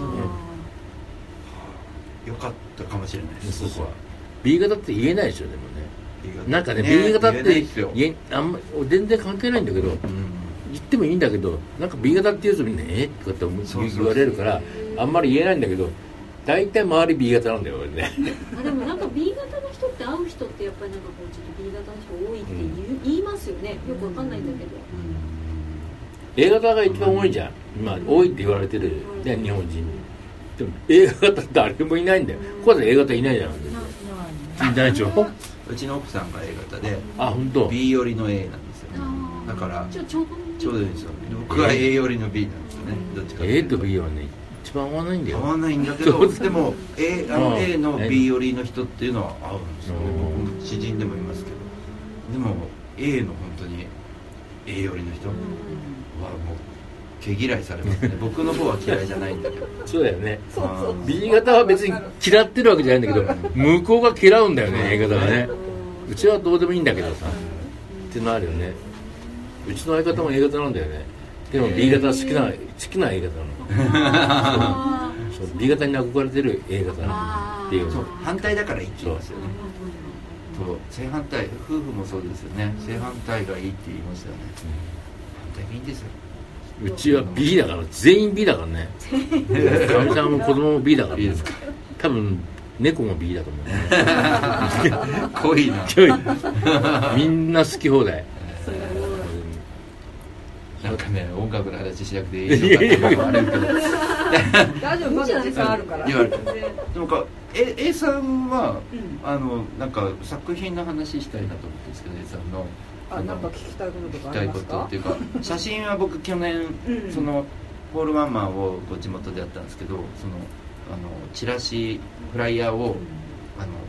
よかったかもしれないです。僕は B 型って言えないですよでもね。なんかね B 型って言えあんま全然関係ないんだけど。言ってもいいんだけど、なんか B 型って言うとみんなえとかって言われるからあんまり言えないんだけど、大体周り B 型なんだよ俺ね。 あでもなんか B 型の人って会う人ってやっぱりなんかこうちょっと B 型の人多いって言う、うん、言いますよね。よくわかんないんだけど。 うん、A 型が一番多いじゃん。まあ多いって言われてるね、日本人。でも A 型って誰もいないんだよ。ここで A 型いないじゃん。いないでしょ。 うちの奥さんが A 型で、 あ本当。 B 寄りの A なんですよ。だからちょうどいいんですよ。僕は A 寄りの B なんですよね。どっちか。 A と B はね一番合わないんだよ。 合わないんだけど、でも A あの A の B 寄りの人っていうのは合うんですよね。僕も知人でもいますけど、でも A の本当に A 寄りの人はもう毛嫌いされますね。僕の方は嫌いじゃないんだけど。 そうだよね。B 型は別に嫌ってるわけじゃないんだけど、向こうが嫌うんだよね A 型がね。うちはどうでもいいんだけどさ、ってのあるよね。うちの相方も A 型なんだよね。でも B 型好きな好きな A 型なの。そう B 型に憧れてる A 型なのっていう。 そう反対だからいいって言いますよね。そう正反対、夫婦もそうですよね。正反対がいいって言いますよね。反対がいいんですよ。 うちは B だから全員 B だからね。かみさんも子供も B だから、ね。いいですか。多分猫も B だと思う。 濃いな。 みんな好き放題。 なんかね音楽の話しなくていいのかってあるけど大丈夫まだ時間あるから言われてでもか A, A さんは、うん、あのなんか作品の話したいなと思ってるんですけど A さんのあなんか聞きたいこととかありますか？ 聞きたいことっていうか写真は僕去年、うん、そのポール・ワンマンをご地元でやったんですけどそのあのチラシフライヤーを、うん、あの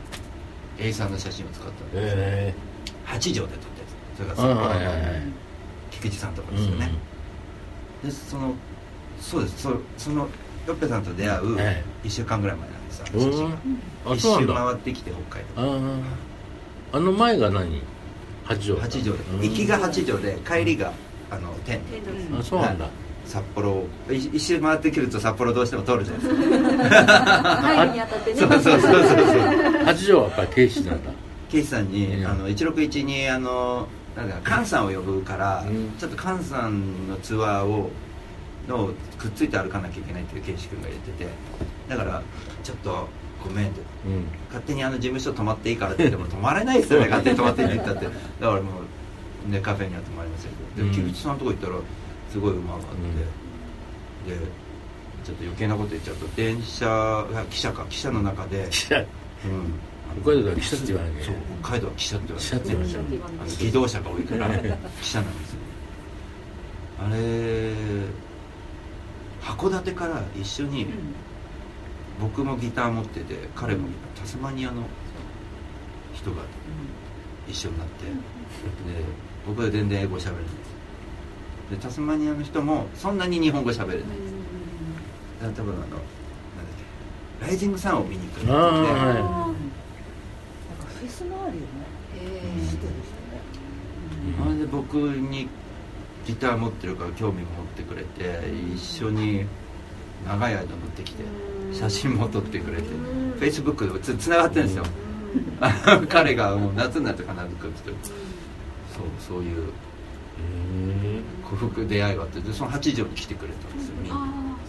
A さんの写真を使ったんです、えー、はちじょうで撮ったやつそれからその、はいはい、菊池さんとかですよね、うん、でそのそうですそそのヨッペさんと出会ういっしゅうかんぐらい前なんですよ写真が、うん、一周回ってきて北海道あ, あの前が何はちじょうはちじょうで行きがはちじょうで帰りがあの天理、あそうなんだ、 札幌を一周回ってくると札幌どうしても通るじゃないですか帰るにあたってねそうそうそうそうはちじょうはやっぱり警視なんだ警視さんに、うん、あのいちろくいちにあのなんか菅さんを呼ぶから、うん、ちょっと菅さんのツアーをのくっついて歩かなきゃいけないっていう圭司君が言っててだからちょっとごめんって、うん、勝手にあの事務所泊まっていいからって言っても泊まれないですよね勝手に泊まっていいって言ったってだからもう、ね、カフェには泊まりましたけどで菊池さんのとこ行ったらすごいうまかった、うん、でちょっと余計なこと言っちゃうと電車記者か記者の中で記者、うん、北海道では記者って言わないねそう北海道は記者って言わない記者って言わないあの技動者が多いから記者なんですよあれ函館から一緒に、うん、僕もギター持ってて彼もタスマニアの人が一緒になって、うん、で僕は全然英語喋れないですでタスマニアの人もそんなに日本語喋れないです、うん、多分あのなんだっけライジングサンを見に行くんで、 あ、はい、 なんかフェスもあるよねへえしてる人ね、うん、で僕にギター持ってるから興味も持ってくれて一緒に長い間乗ってきて写真も撮ってくれてフェイスブックでつながってるんですよ彼がもう夏になって必ず来るってそうそういう幸福出会いがあってでそのはちじょうに来てくれたんですよね。ああ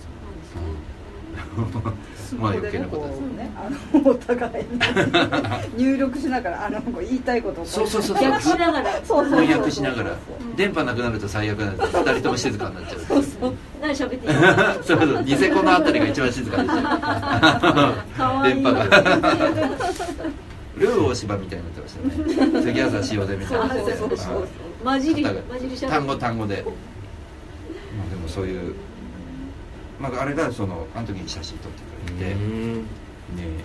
そうなんですね。まあ余計なことですね。 あのお互いに入力しながらあの言いたいことをそうそうそう訳しながら翻訳しながら電波なくなると最悪なんです。二人とも静かになっちゃう。 そうそう何喋っていいの？そうそうニセコのあたりが一番静かになっちゃう。電波が。ルー大芝みたいになってましたね。次朝しようぜみたいになって。 そうそうそう混じり混じりしゃべ単語単語で。まあでもそういう。まあ、あれがそのあの時に写真撮ってくれて、ね、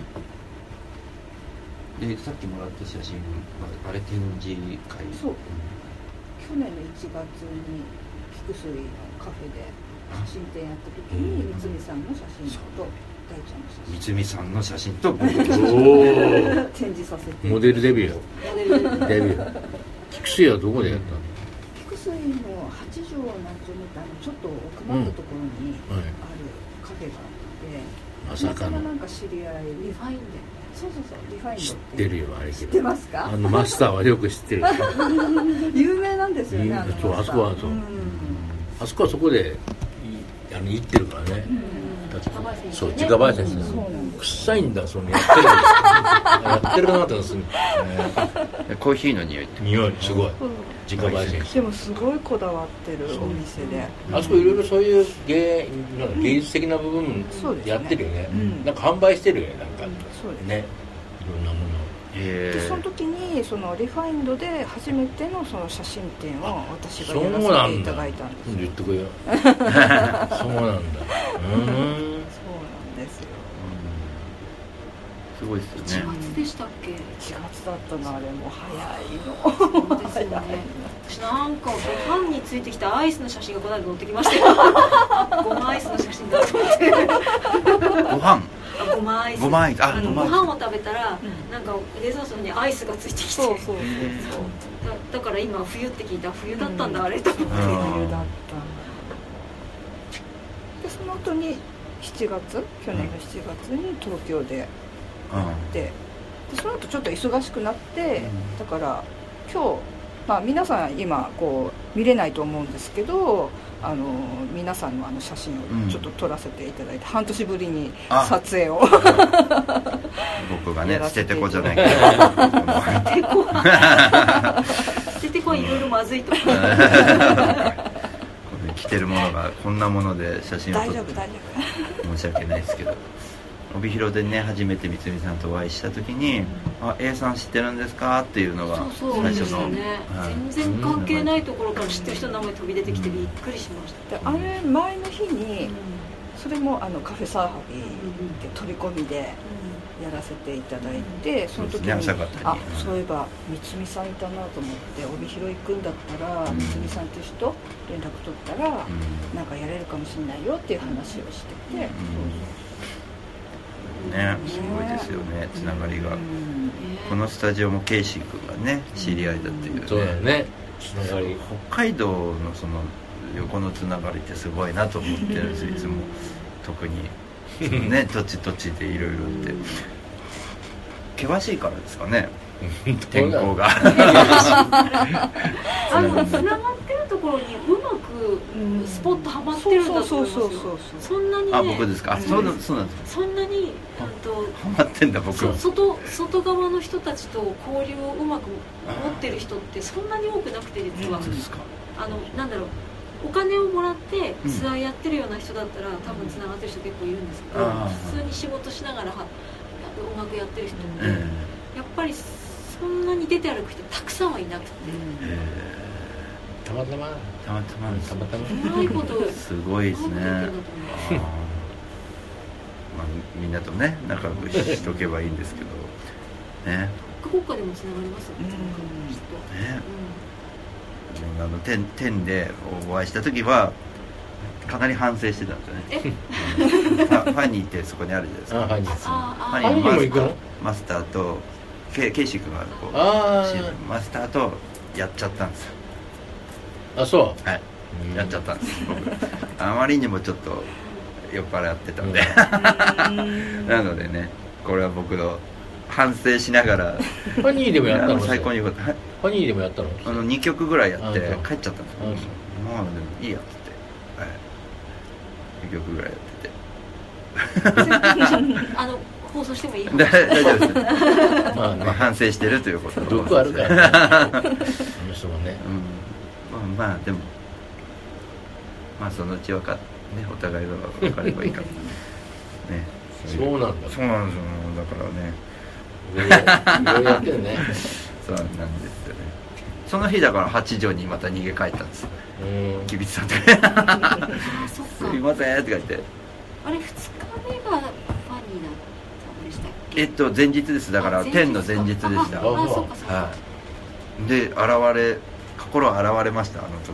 でさっきもらった写真あれ展示会そう去年のいちがつに菊水のカフェで写真展やった時に三海さんの写真と大ちゃんの写真三海さんの写真と僕の写真展示させてモデルデビューデビュー菊水はどこでやったの？ 菊水のはちじょうなんちゅうみたいなちょっと奥まったところにあるカフェがあって、 まさかのなんか知り合いリファインでそうそうそうリファインド知ってるよあれ知ってますか？ あのマスターはよく知ってる有名なんですよね、 あのそうあそこはそう、うん、あそこはそこであの行ってるからね、うん、そう自家焙煎してる臭いんだそのやってるやってるなってする、 えー、コーヒーの匂いって匂いすごい、うん自家焙煎でもすごいこだわってるお店であそこいろいろそういう 芸, なんか芸術的な部分やってるよね、うん、なんか販売してるよねなんか、うん、そうですねいろんなものでその時にそのリファインドで初めてのその写真展を私がやらせていただいたんですよ。 言ってこいよそうなんだうんそうなんですよすごいですよね。 いちがつでしたっけ？いちがつだったのあれもう早いの。 そうですよね。私なんかご飯についてきたアイスの写真がこの間載ってきましたよ。ごまアイスの写真だと思って。 ご飯。 ごまアイス。 ごまアイス。あ、 ご飯を食べたら、うん、なんか冷蔵庫にアイスがついてきて。そうそうそうそうだ。だから今冬って聞いた冬だったんだ、うん、あれと思って。冬だった。 でその後にしちがつ去年のしちがつに東京で。で, でその後ちょっと忙しくなって、うん、だから今日、まあ、皆さん今こう見れないと思うんですけどあの皆さんのあの写真をちょっと撮らせていただいて、うん、半年ぶりに撮影を僕がね捨ててこじゃないけど捨ててこ捨ててこいろいろまずいと思うこ着てるものがこんなもので写真を撮って、 大丈夫大丈夫申し訳ないですけど、帯広でね初めて三海さんとお会いした時に「あ A さん知ってるんですか?」っていうのがそう最初の、 ねはい、全然関係ないところから知ってる人の名前飛び出てきてびっくりしました。 であれ前の日に、それもあのカフェサーハビで飛び込みでやらせていただいて、うん、その時に、 ね、 あそういえば三海さんいたなと思って、帯広行くんだったら、うん、三海さんっていう人連絡取ったら、うん、なんかやれるかもしれないよっていう話をしてて、うんね、すごいですよね、つながりが、うん、このスタジオもケイシー君がね知り合いだっていうね、 そうだね、つながり北海道のその横のつながりってすごいなと思ってるんですいつも特にね土地土地でいろいろって険しいからですかね天候があのつながってるところにうまくスポットはまってるんだと思いますよ。そんなにね、 あ僕ですか、あそうなんですか、 そんなにはまってんだ僕は。 外外側の人たちと交流をうまく持ってる人ってそんなに多くなくて、実はあのなんだろう、お金をもらってツアーやってるような人だったら、うん、多分つながってる人結構いるんですけど、普通に仕事しながら音楽やってる人って、うん、やっぱりそんなに出て歩く人たくさんはいなくて、うん、 たまたまたまたまたまたまうまいことすごいですねまあ、みんなとね仲良くしとけばいいんですけどね、 国家でもつながりますよね、うん、きっとね、うん、あの天, 天でお会いした時はかなり反省してたんですよねファニーってそこにあるじゃないですか。 あファニーファニーも行くの？ マスターとケイシー君がこうマスターとやっちゃったんですよ。 あそうはい、やっちゃったんです僕あまりにもちょっと酔っ払ってたんでなのでね、これは僕の反省しながらファニーでもやったの？ 最高によかった。 ファニーでもやったの？ あのにきょくぐらいやって帰っちゃったんですよ。もうでもいいやっつって、はい、にきょくぐらいやっててあの放送してもいい？ 大丈夫ですまあ、ね、まあ反省してるということ毒あるからねあの人もね、 うん、まあまあでもまあそのうち分かってね、お互いが分かればいいかもね。 そうなんだ。 そうなんですよ。だからねいろいろやってるねそうなんですよね。その日だから八条にまた逃げ帰ったんですよ。きびつさんとあそっかすいませんって書いて、 あれふつかめがファニーだったんでしたっけ？ えっと前日です。だから天の前日でした。 ああそうかそうか、はい、 で現れ心現れました、あの時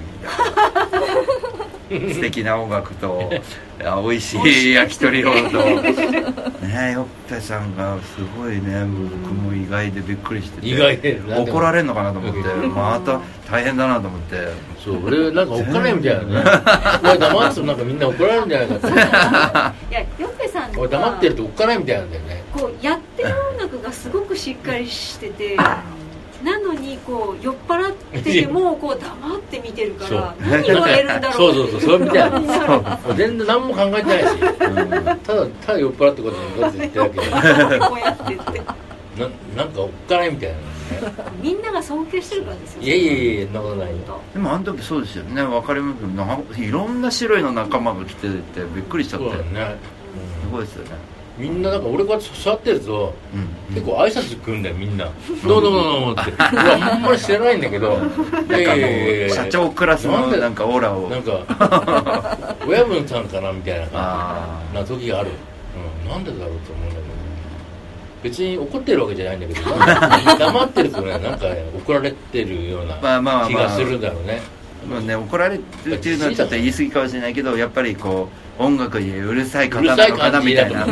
に素敵な音楽と美味しい焼き鳥ロードね、よっぺさんがすごいね、僕も意外でびっくりしてて、 意外で怒られるのかなと思ってまた大変だなと思って、 そう俺なんかおっかないみたいなね俺黙ってるとなんかみんな怒られるんじゃないかっていや、よっぺさんが俺黙ってるとおっかないみたいなんだよね。 こうやってる音楽がすごくしっかりしててなのにこう酔っ払っててもこう黙って見てるから何言われるんだろうそうそうそうそうみたいな全然何も考えてないし、うん、ただただ酔っ払ってことになって言ってるわけこうやってってな, なんかおっかないみたいな、ね、 みんなが尊敬してるからですよ。 いやいやいやそんなことないよ。 でもあの時そうですよね、分かりますけどいろんな種類の仲間が来ててびっくりしちゃって、そうだね、すごいですよね。 みんななんか俺が座ってると、うん、結構挨拶来るんだよみんなどうどうどうって俺はあんまり知らないんだけど社長クラスのなんかオーラをなんか親分さんかなみたいな感じな時がある、うん、なんでだろうと思うんだけど別に怒ってるわけじゃないんだけど黙ってるとねなんか、ね、怒られてるような気がするんだろうね。 まあね、怒られるっていうのはちょっと言い過ぎかもしれないけどやっぱりこう音楽にうるさい方なのかなみたいな、うん、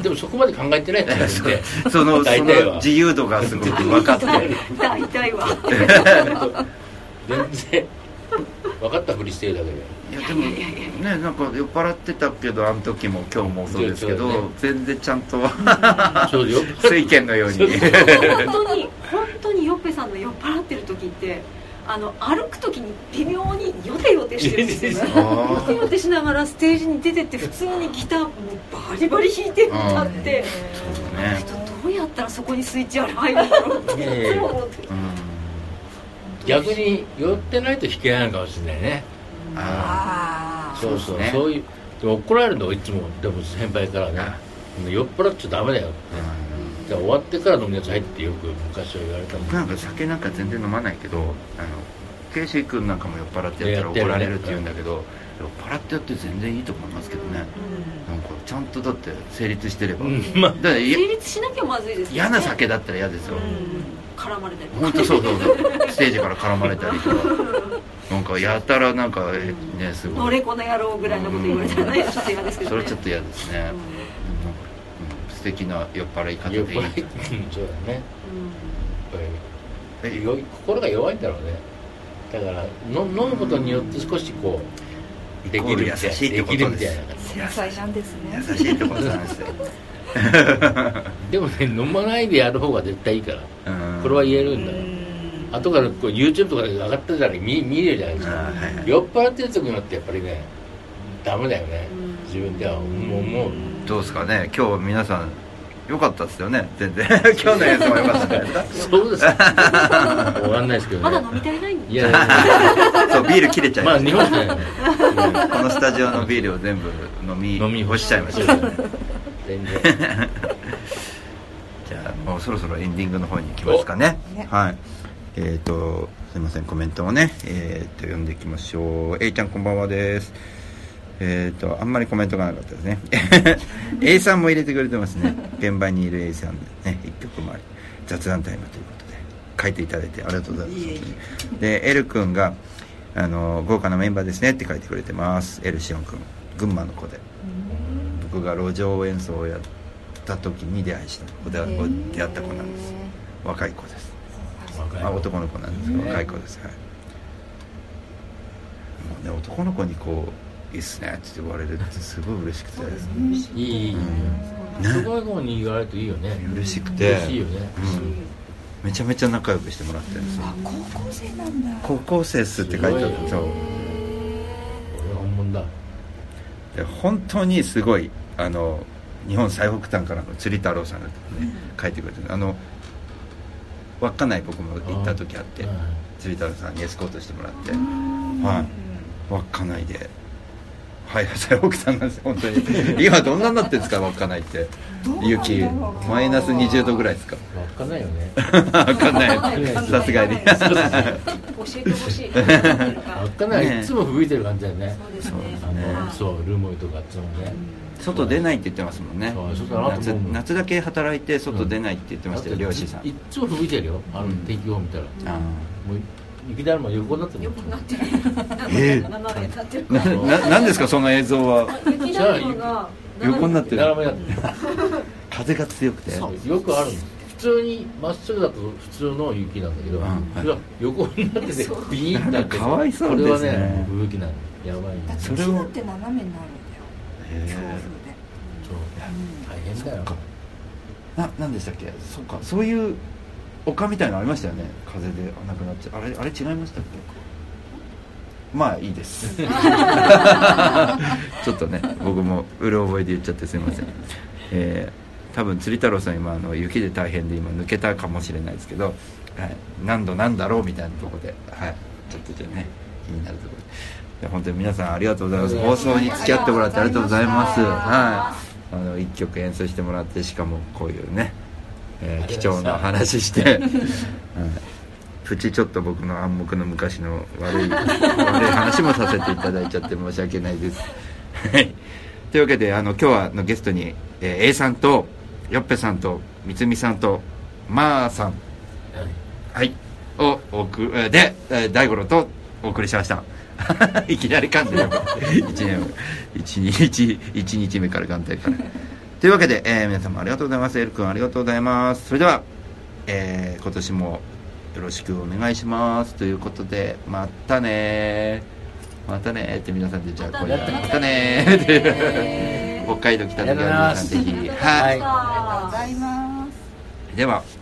でもそこまで考えてないってそのその自由度がすごく分かって大体は全然分かったふりしてるだけで。 いやでもねなんか酔っ払ってたけどあの時も今日もそうですけど、ね、全然ちゃんと水拳のように本当に本当によっぺさんの酔っ払ってる時ってあの歩く時に微妙にヨテヨテしてるんですよヨテヨテしながらステージに出てって普通にギターもうバリバリ弾いて歌って、あの人どうやったらそこにスイッチあれ入るんだろうっていつも思ってる。 逆に酔ってないと弾けないのかもしれないね。 ああそうそう、ね、そういうでも怒られるのいつもでも先輩からね酔っ払っちゃダメだよって、じゃあ終わってから飲みなさいってよく昔は言われたもん。 僕なんか酒なんか全然飲まないけど、あのケイシー君なんかも酔っ払ってやったら怒られるって言うんだけど、ね、酔っ払ってやって全然いいと思いますけどね、うん、なんかちゃんとだって成立してれば、うんまあ、だ成立しなきゃまずいですよね。 嫌な酒だったら嫌ですよ、うん、 絡まれたり本当そうそうそうステージから絡まれたりとかなんかやたらなんかねすごい乗れこの野郎ぐらいのこと言われたらねちょっと嫌ですけどね。 それちょっと嫌ですね、うんうん、素敵な酔っ払い方でいい。 そうだね、うん、やっぱり心が弱いんだろうね。だからの飲むことによって少しこうできる優しいってことです。 繊細なんですね。 優しいってことなんですよでもね飲まないでやる方が絶対いいから、これは言えるんだよ。後からこう YouTube とかで上がったじゃない 見, 見れるじゃないですか、はいはい、酔っ払ってる時になってやっぱりねダメだよね、自分では思う。 どうですかね今日皆さん良かったですよね全然今日の映像は良かったんじゃないですかそうですか分かんないですけどねまだ飲み足りないんだ。 いやいやそうビール切れちゃいました、 まあ日本ねこのスタジオのビールを全部飲み飲み干しちゃいましたね全然じゃあもうそろそろエンディングの方に行きますかね。はいえーとすいませんコメントをねえーと読んでいきましょう。 A ちゃんこんばんはです。えーとあんまりコメントがなかったですねA さんも入れてくれてますね。現場にいる A さんでね一曲もあり雑談タイムということで書いていただいてありがとうございます。いいで L 君があの豪華なメンバーですねって書いてくれてます。 L シオン君群馬の子で僕が路上演奏をやった時に出会いした出会った子なんです。若い子です。あ男の子なんですけど若い子です、はい、もうね男の子にこういいっすねって言われるってすごい嬉しくていいいい、うん、男の子に言われるといいよね。 嬉しくて嬉しいよね、 うん、めちゃめちゃ仲良くしてもらってるんですよ。 あ高校生なんだ。 高校生っすって書いてある。そう俺は本物だ。 で本当にすごいあの日本最北端からの釣り太郎さんが、ねうん、書いてくれてる。あの稚内僕も行った時あって釣り太郎さんにエスコートしてもらって、はい、稚内ではい最北端なんですよ本当に今どんなになってるんですか稚内って雪マイナスにじゅうどぐらいですか。 稚内よね稚内さすがに教えてほしい稚内いつも吹雪いてる感じだよね。 そうですね。 そうルモイとかあっちもね外出ないって言ってますもんね。夏, 夏だけ働いて外出ないって言ってましたよ、うん、漁師さん。 いっつも吹いてるよあの、うん、天気予報見たら、うん、もう雪だるま横になってる。 横になってる。 えー、な, な, なんですかその映像は。 雪だるまが横になってる。 斜めになってる風が強くてよくあるんです。普通にまっすぐだと普通の雪なんだけど、うんはい、横になっててビーンってかわいそうですね。 これはね吹雪なのやばいね。 それをだって斜めになる。 そう大変だよ。 な何でしたっけ。そうかそういう丘みたいなのありましたよね。風でなくなっちゃうあれあれ違いましたっけ。まあいいですちょっとね僕もうる覚えで言っちゃってすいません、えー、多分釣り太郎さん今あの雪で大変で今抜けたかもしれないですけど、はい、何度なんだろうみたいなところで、はい、ちょっとじゃね気になるところで本当に皆さんありがとうございます。放送に付き合ってもらってありがとうございます。はい、あのいっきょく演奏してもらってしかもこういうね、えー、貴重な話して、はい、プチちょっと僕の暗黙の昔の悪い悪い話もさせていただいちゃって申し訳ないですというわけであの今日はのゲストに、えー、A さんとよっぺさんとみつみさんとまーさん、はい、をおくで大五郎とお送りしましたいきなり噛んでるいちねんいちにちいちにちめから元旦からというわけで、えー、皆様ありがとうございます。エル君ありがとうございます。それでは、えー、今年もよろしくお願いしますということでまたねまたねって皆さんでじゃあこうやってまたねって北海道来た時は皆さんぜひはい、 ありがとうございます。 では